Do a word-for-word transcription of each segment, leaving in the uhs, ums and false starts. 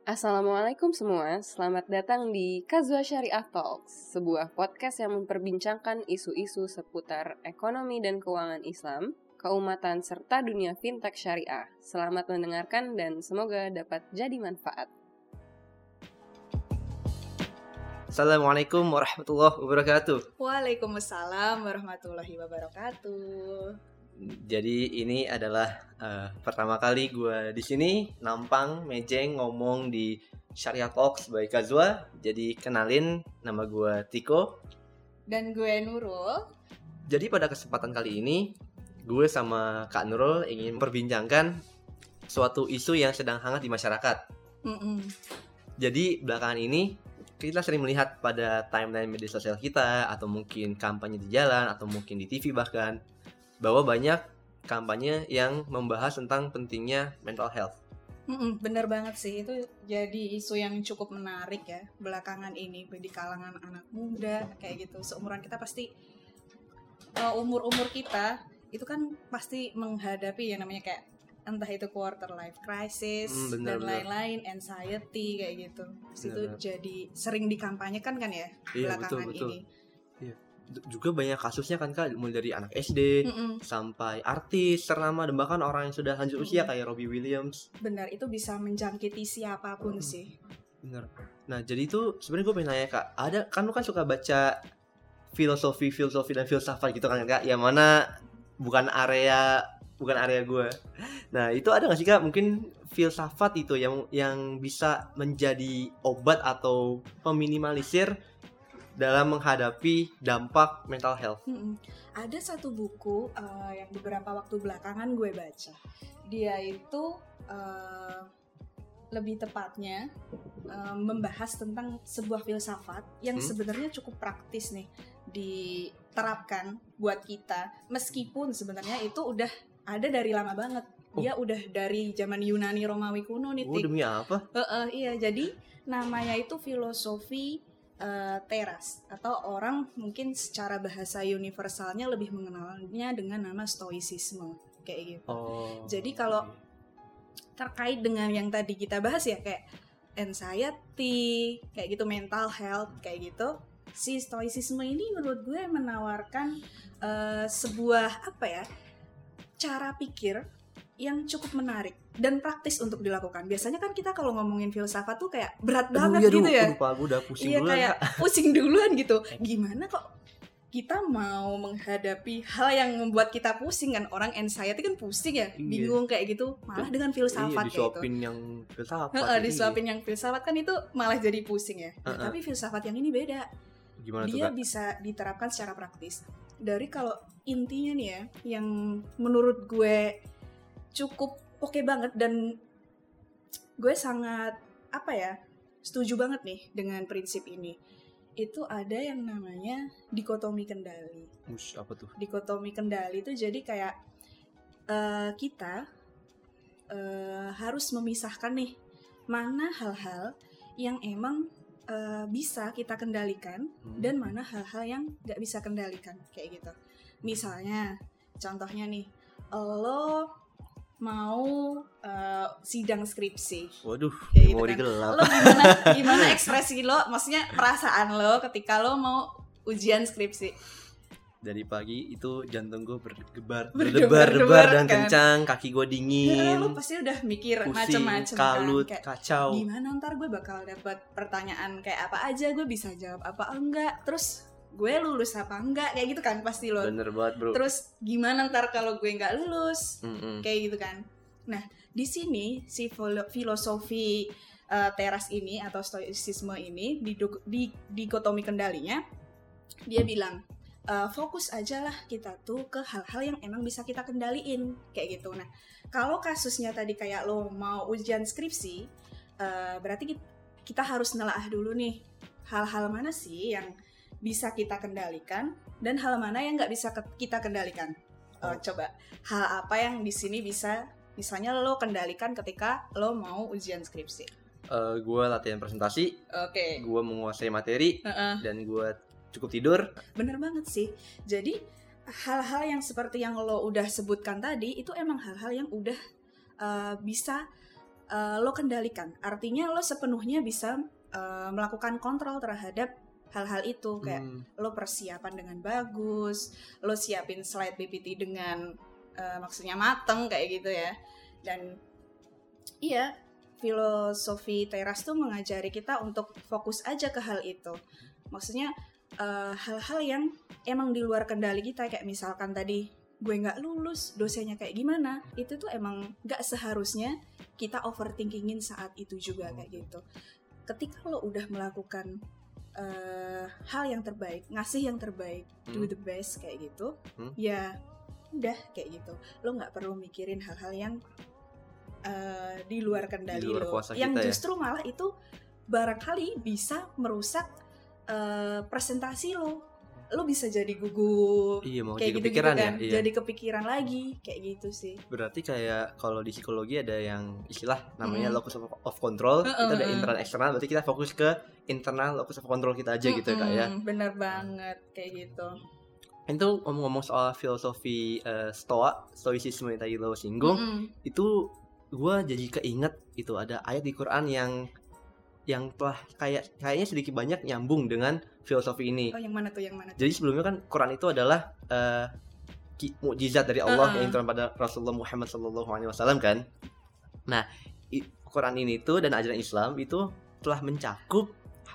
Assalamualaikum semua, selamat datang di Kazwa Syariah Talks, sebuah podcast yang memperbincangkan isu-isu seputar ekonomi dan keuangan Islam, keumatan, serta dunia fintech syariah. Selamat mendengarkan dan semoga dapat jadi manfaat. Assalamualaikum warahmatullahi wabarakatuh. Waalaikumsalam warahmatullahi wabarakatuh. Jadi ini adalah uh, pertama kali gue di sini nampang mejeng ngomong di Syariah Talks by Kazwa. Jadi kenalin, nama gue Tiko dan gue Nurul. Jadi pada kesempatan kali ini gue sama Kak Nurul ingin memperbincangkan suatu isu yang sedang hangat di masyarakat. Mm-mm. Jadi belakangan ini kita sering melihat pada timeline media sosial kita, atau mungkin kampanye di jalan, atau mungkin di T V bahkan, bahwa banyak kampanye yang membahas tentang pentingnya mental health. Mm-mm, bener banget sih, itu jadi isu yang cukup menarik ya belakangan ini di kalangan anak muda kayak gitu. Seumuran kita pasti, uh, umur-umur kita itu kan pasti menghadapi yang namanya kayak entah itu quarter life crisis mm, bener, dan bener. lain-lain, anxiety kayak gitu. Terus itu jadi sering dikampanyekan kan ya iya, belakangan betul, betul. ini. Iya. Juga banyak kasusnya kan Kak, mulai dari anak S D Mm-mm. sampai artis ternama dan bahkan orang yang sudah lanjut Mm-mm. usia kayak Robbie Williams. Benar, itu bisa menjangkiti siapapun Mm-mm. sih. Benar. Nah, jadi itu sebenarnya gue pengen nanya Kak, ada kan lu kan suka baca filosofi, filosofi dan filsafat gitu kan Kak, yang mana bukan area bukan area gue. Nah, itu ada nggak sih Kak mungkin filsafat itu yang yang bisa menjadi obat atau meminimalisir dalam menghadapi dampak mental health? Hmm, ada satu buku uh, yang beberapa waktu belakangan gue baca. Dia itu uh, lebih tepatnya uh, membahas tentang sebuah filsafat yang hmm? sebenarnya cukup praktis nih diterapkan buat kita. Meskipun sebenarnya itu udah ada dari lama banget. Dia oh. udah dari zaman Yunani Romawi kuno nih. Oh, demi apa? Uh, uh, iya, jadi namanya itu filosofi Uh, teras, atau orang mungkin secara bahasa universalnya lebih mengenalnya dengan nama stoicisme kayak gitu. Oh. Jadi kalau terkait dengan yang tadi kita bahas ya kayak anxiety, kayak gitu, mental health kayak gitu, si stoicisme ini menurut gue menawarkan uh, sebuah apa ya cara pikir yang cukup menarik dan praktis untuk dilakukan. Biasanya kan kita kalau ngomongin filsafat tuh kayak berat aduh, banget aduh, gitu ya. Lupa, gue udah pusing iya, duluan. Kayak pusing duluan gitu. Gimana kok kita mau menghadapi hal yang membuat kita pusing kan? Orang anxiety kan pusing ya, iya. bingung kayak gitu. Malah dengan filsafat iya, kayak gitu. Disuapin yang filsafat. Heeh, disuapin yang filsafat kan itu malah jadi pusing ya. Nah, uh-uh. tapi filsafat yang ini beda. Gimana Dia tuh, bisa diterapkan secara praktis. Dari kalau intinya nih ya, yang menurut gue cukup oke okay banget dan gue sangat apa ya setuju banget nih dengan prinsip ini. Itu ada yang namanya dikotomi kendali. Ush, apa tuh? Dikotomi kendali itu jadi kayak uh, kita uh, harus memisahkan nih mana hal-hal yang emang uh, bisa kita kendalikan hmm. dan mana hal-hal yang nggak bisa kendalikan kayak gitu. Misalnya, contohnya nih, lo mau uh, sidang skripsi. Waduh, kayak mau gitu digelap. Kan. Lo gimana gimana ekspresi lo, maksudnya perasaan lo ketika lo mau ujian skripsi? Dari pagi itu jantung gue berdebar, berdebar-debar dan kan? kencang, kaki gue dingin. Ya, lo pasti udah mikir pusing, macem-macem kalut, kan? Kayak, kacau. Gimana ntar gue bakal dapet pertanyaan kayak apa aja, gue bisa jawab apa enggak, terus gue lulus apa enggak, kayak gitu kan pasti lo. Bener banget bro. Terus gimana ntar kalau gue nggak lulus, Mm-mm. kayak gitu kan. Nah di sini si filosofi uh, teras ini atau stoicisme ini di, di dikotomi kendalinya, dia bilang uh, fokus aja lah kita tuh ke hal-hal yang emang bisa kita kendaliin kayak gitu. Nah kalau kasusnya tadi kayak lo mau ujian skripsi, uh, berarti kita harus nelaah dulu nih hal-hal mana sih yang bisa kita kendalikan dan hal mana yang nggak bisa kita kendalikan. Oh, coba hal apa yang di sini bisa misalnya lo kendalikan ketika lo mau ujian skripsi? Uh, gue latihan presentasi, okay. gue menguasai materi, uh-uh. dan gue cukup tidur. Bener banget sih. Jadi hal-hal yang seperti yang lo udah sebutkan tadi itu emang hal-hal yang udah uh, bisa uh, lo kendalikan. Artinya lo sepenuhnya bisa uh, melakukan kontrol terhadap hal-hal itu. Kayak hmm. lo persiapan dengan bagus, lo siapin slide B P T dengan uh, maksudnya mateng kayak gitu ya. Dan iya, filosofi teras tuh mengajari kita untuk fokus aja ke hal itu. Maksudnya uh, hal-hal yang emang di luar kendali kita, kayak misalkan tadi gue nggak lulus, dosennya kayak gimana, itu tuh emang nggak seharusnya kita overthinkingin saat itu juga kayak gitu. Ketika lo udah melakukan uh, hal yang terbaik, ngasih yang terbaik, hmm. do the best kayak gitu, hmm. ya udah kayak gitu. Lo nggak perlu mikirin hal-hal yang uh, di luar kendali di luar lo, yang kita, justru ya? Malah itu barangkali bisa merusak uh, presentasi lo. Lo bisa jadi gugup, iya, mau kayak gitu-gitu kan, ya? Iya. Jadi kepikiran lagi, kayak gitu sih. Berarti kayak kalau di psikologi ada yang istilah namanya mm. locus of control, uh, uh, kita ada internal eksternal, berarti kita fokus ke internal locus of control kita aja uh, gitu ya Kak ya. Bener banget, kayak gitu. Itu ngomong-ngomong soal filosofi uh, stoa, stoicisme yang tadi lo singgung, mm-hmm. itu gue jadi keinget itu ada ayat di Quran yang yang telah kayak kayaknya sedikit banyak nyambung dengan filosofi ini. Oh, yang mana tuh? Yang mana tuh? Jadi sebelumnya kan Quran itu adalah uh, mukjizat dari Allah uh-uh. yang diturunkan pada Rasulullah Muhammad sallallahu alaihi wasallam kan. Nah, i- Quran ini tuh dan ajaran Islam itu telah mencakup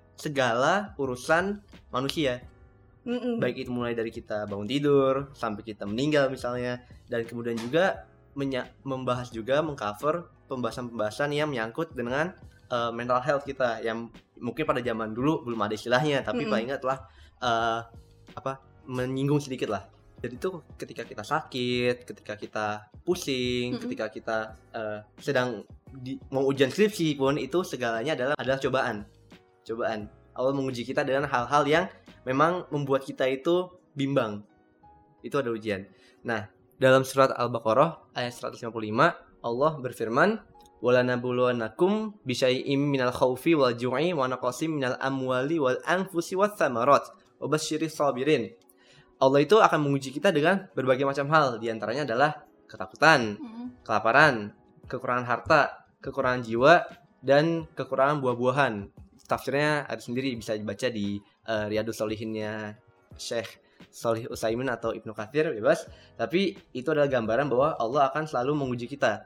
segala urusan manusia. Mm-mm. Baik itu mulai dari kita bangun tidur sampai kita meninggal misalnya, dan kemudian juga menya- membahas juga mengcover pembahasan-pembahasan yang menyangkut dengan Uh, mental health kita yang mungkin pada zaman dulu belum ada istilahnya, tapi mm-hmm. paling nggak telah uh, apa menyinggung sedikit lah. Jadi itu ketika kita sakit, ketika kita pusing, mm-hmm. ketika kita uh, sedang di, mau ujian skripsi pun, itu segalanya adalah adalah cobaan. Cobaan. Allah menguji kita dengan hal-hal yang memang membuat kita itu bimbang. Itu ada ujian. Nah, dalam surat Al-Baqarah ayat seratus lima puluh lima Allah berfirman, walanabluwannakum bisyai'im minal khaufi wal ju'i wa naqasim minal amwali wal anfusi wath thamarat wabasyiris sabirin. Allah itu akan menguji kita dengan berbagai macam hal, di antaranya adalah ketakutan, mm-hmm. kelaparan, kekurangan harta, kekurangan jiwa, dan kekurangan buah-buahan. Tafsirnya ada sendiri, bisa dibaca di uh, Riyadhus Shalihinnya Syekh Shalih Utsaimin atau Ibnu Katsir, bebas. Tapi itu adalah gambaran bahwa Allah akan selalu menguji kita.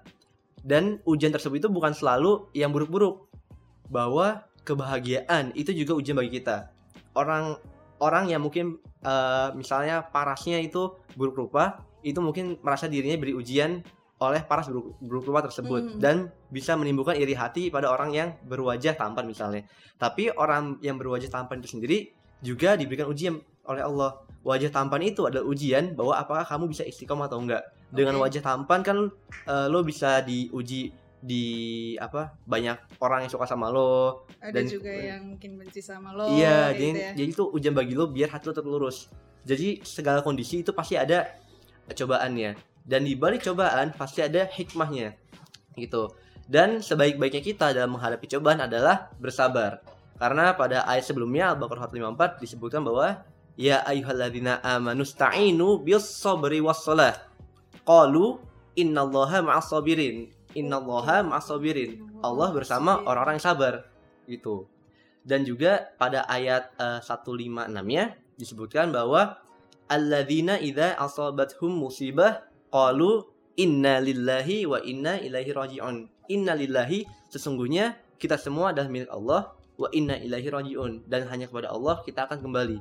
Dan ujian tersebut itu bukan selalu yang buruk-buruk, bahwa kebahagiaan itu juga ujian bagi kita. Orang orang yang mungkin uh, misalnya parasnya itu buruk rupa, itu mungkin merasa dirinya beri ujian oleh paras buruk, buruk rupa tersebut, hmm. dan bisa menimbulkan iri hati pada orang yang berwajah tampan misalnya. Tapi orang yang berwajah tampan itu sendiri juga diberikan ujian oleh Allah. Wajah tampan itu adalah ujian bahwa apakah kamu bisa istiqomah atau enggak. Dengan okay. wajah tampan kan uh, lo bisa diuji di apa banyak orang yang suka sama lo. Ada dan juga uh, yang mungkin benci sama lo. Iya, gitu jadi ya. jadi itu ujian bagi lo biar hati lo tetap lurus. Jadi segala kondisi itu pasti ada cobaannya, dan di balik cobaan pasti ada hikmahnya, gitu. Dan sebaik-baiknya kita dalam menghadapi cobaan adalah bersabar. Karena pada ayat sebelumnya Al-Baqarah seratus lima puluh empat disebutkan bahwa ya ayyuhalladzina amanu sta'inu bis-sabri was-shalah. Qalu innallaha ma'as sabirin. Innallaha ma'as sabirin. Allah bersama orang-orang yang sabar, gitu. Dan juga pada ayat uh, seratus lima puluh enam-nya disebutkan bahwa alladzina idza asabathum musibah qalu inna lillahi wa inna ilaihi raji'un. Inna lillahi, sesungguhnya kita semua adalah milik Allah, wa inna ilaihi raji'un, dan hanya kepada Allah kita akan kembali.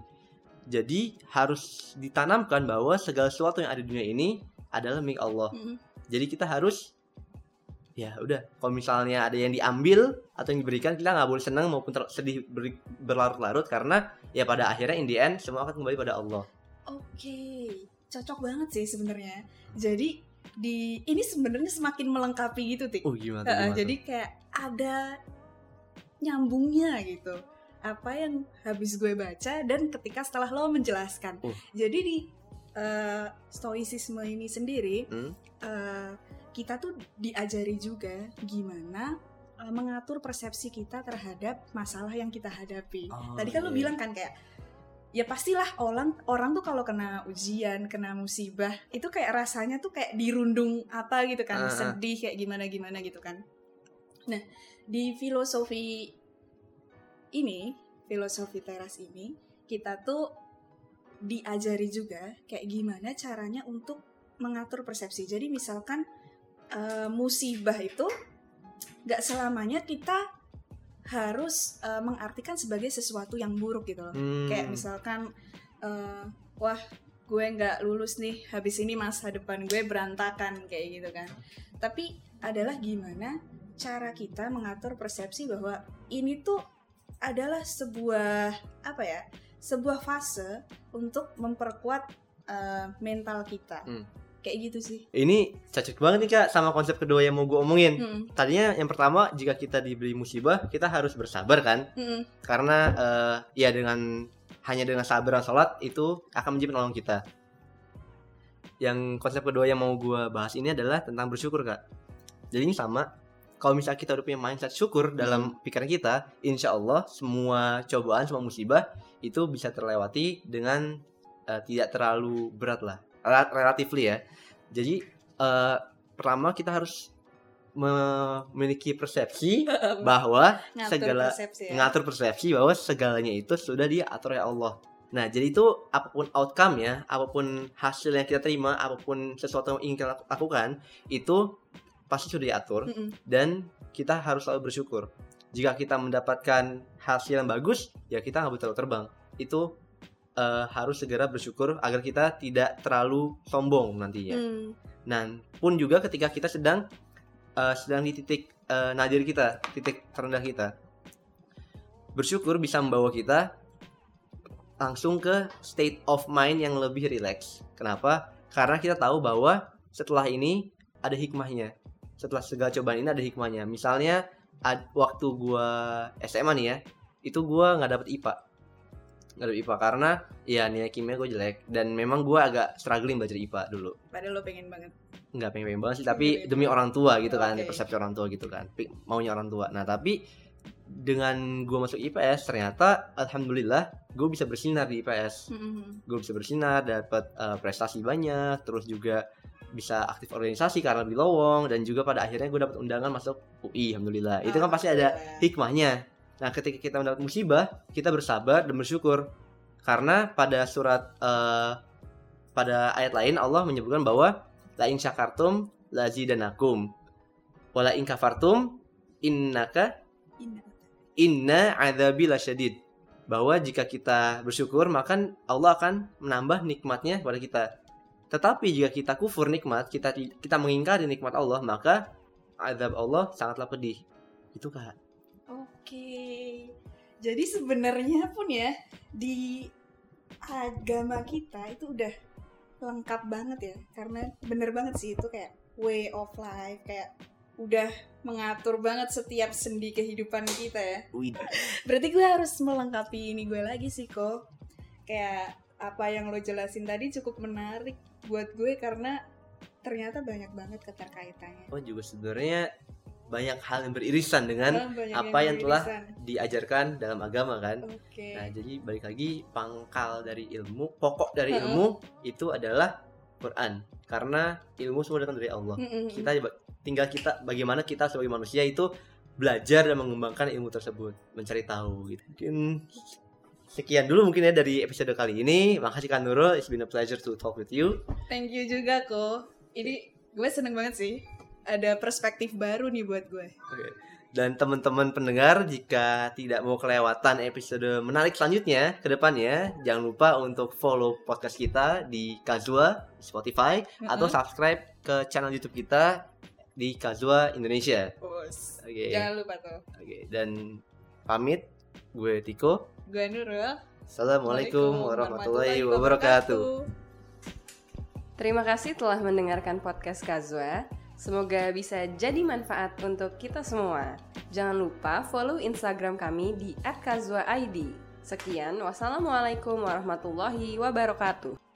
Jadi harus ditanamkan bahwa segala sesuatu yang ada di dunia ini adalah milik Allah. Mm-hmm. Jadi kita harus, ya udah, kalau misalnya ada yang diambil atau yang diberikan, kita nggak boleh senang maupun ter- sedih ber- berlarut-larut, karena ya pada akhirnya in the end semua akan kembali pada Allah. Oke, okay. Cocok banget sih sebenarnya. Jadi di ini sebenarnya semakin melengkapi gitu, Tik. Oh gimana? Uh, gimana? Jadi kayak ada nyambungnya gitu. Apa yang habis gue baca dan ketika setelah lo menjelaskan. Uh. Jadi di uh, stoicisme ini sendiri, hmm? uh, kita tuh diajari juga gimana uh, mengatur persepsi kita terhadap masalah yang kita hadapi. Oh, Tadi kan iya. lo bilang kan kayak, ya pastilah orang orang tuh kalau kena ujian, kena musibah, itu kayak rasanya tuh kayak dirundung apa gitu kan, uh. sedih kayak gimana-gimana gitu kan. Nah, di filosofi ini, filosofi teras ini, kita tuh diajari juga kayak gimana caranya untuk mengatur persepsi. Jadi misalkan uh, musibah itu gak selamanya kita harus uh, mengartikan sebagai sesuatu yang buruk gitu loh. Hmm. Kayak misalkan, uh, wah gue gak lulus nih, habis ini masa depan gue berantakan kayak gitu kan. Tapi adalah gimana cara kita mengatur persepsi bahwa ini tuh adalah sebuah apa ya, sebuah fase untuk memperkuat uh, mental kita. Hmm. Kayak gitu sih. Ini cocok banget nih Kak sama konsep kedua yang mau gue omongin. Hmm. Tadinya yang pertama, jika kita diberi musibah, kita harus bersabar kan. Hmm. Karena uh, ya dengan hanya dengan sabar dan sholat itu akan menjadi penolong kita. Yang konsep kedua yang mau gue bahas ini adalah tentang bersyukur Kak. Jadi ini sama. Kalau misalnya kita udah punya mindset syukur dalam hmm. pikiran kita, insya Allah semua cobaan, semua musibah itu bisa terlewati dengan uh, tidak terlalu berat lah, relatively ya. Jadi uh, pertama kita harus memiliki persepsi bahwa ngatur segala persepsi, ya. ngatur persepsi bahwa segalanya itu sudah diatur oleh Allah. Nah, jadi itu apapun outcome-nya, apapun hasil yang kita terima, apapun sesuatu yang ingin kita lakukan, itu pasti sudah diatur. Mm-mm. Dan kita harus selalu bersyukur. Jika kita mendapatkan hasil yang bagus, ya kita nggak boleh terbang. Itu uh, harus segera bersyukur agar kita tidak terlalu sombong nantinya. Mm. Nah, pun juga ketika kita sedang uh, sedang di titik uh, nadir kita, titik terendah kita, bersyukur bisa membawa kita langsung ke state of mind yang lebih relax. Kenapa? Karena kita tahu bahwa setelah ini ada hikmahnya. Setelah segala cobaan ini ada hikmahnya. Misalnya ad, waktu gue S M A nih ya, itu gue gak dapet I P A. Gak dapet I P A karena ya nilai kimia gue jelek. Dan memang gue agak struggling belajar I P A dulu. Padahal lo pengen banget. Gak pengen-pengen banget sih, tapi demi orang tua gitu kan. Okay. Persepsi orang tua gitu kan, maunya orang tua. Nah tapi dengan gue masuk I P S, ternyata alhamdulillah gue bisa bersinar di I P S. Mm-hmm. Gue bisa bersinar, dapat uh, prestasi banyak. Terus juga bisa aktif organisasi karena lebih lowong, dan juga pada akhirnya gue dapat undangan masuk U I, alhamdulillah. Itu kan pasti ada hikmahnya. Nah, ketika kita mendapat musibah, kita bersabar dan bersyukur. Karena pada surat uh, pada ayat lain Allah menyebutkan bahwa la in syakartum lazidanakum wa la in kafartum innaka inna adzabi lasyadid. Bahwa jika kita bersyukur, maka Allah akan menambah nikmatnya pada kita. Tetapi jika kita kufur nikmat, kita kita mengingkari nikmat Allah, maka azab Allah sangatlah pedih. Itu Kak. Oke. Jadi sebenarnya pun ya di agama kita itu udah lengkap banget ya. Karena bener banget sih itu kayak way of life, kayak udah mengatur banget setiap sendi kehidupan kita ya. Wih. Berarti gue harus melengkapi ini gue lagi sih kok. Kayak apa yang lo jelasin tadi cukup menarik buat gue karena ternyata banyak banget keterkaitannya. Oh juga sebenarnya banyak hal yang beririsan dengan oh, apa yang, yang telah diajarkan dalam agama kan. Okay. Nah jadi balik lagi, pangkal dari ilmu, pokok dari uh-uh. ilmu itu adalah Quran. Karena ilmu semua datang dari Allah. Uh-uh. Kita tinggal kita bagaimana kita sebagai manusia itu belajar dan mengembangkan ilmu tersebut, mencari tahu gitu. Mungkin sekian dulu mungkin ya dari episode kali ini. Makasih Kak Nurul, it's been a pleasure to talk with you. Thank you juga kok. Ini gue seneng banget sih. Ada perspektif baru nih buat gue. Okay. Dan teman-teman pendengar, jika tidak mau kelewatan episode menarik selanjutnya ke depannya, jangan lupa untuk follow podcast kita di Kazua Spotify, mm-hmm. atau subscribe ke channel YouTube kita di Kazua Indonesia. Oke. Okay. Jangan lupa tuh. Oke. Okay. Dan pamit, gue Tiko. Gue Nurul. Assalamualaikum warahmatullahi wabarakatuh. Terima kasih telah mendengarkan podcast Kazua. Semoga bisa jadi manfaat untuk kita semua. Jangan lupa follow Instagram kami di at kazua i d. Sekian, wassalamualaikum warahmatullahi wabarakatuh.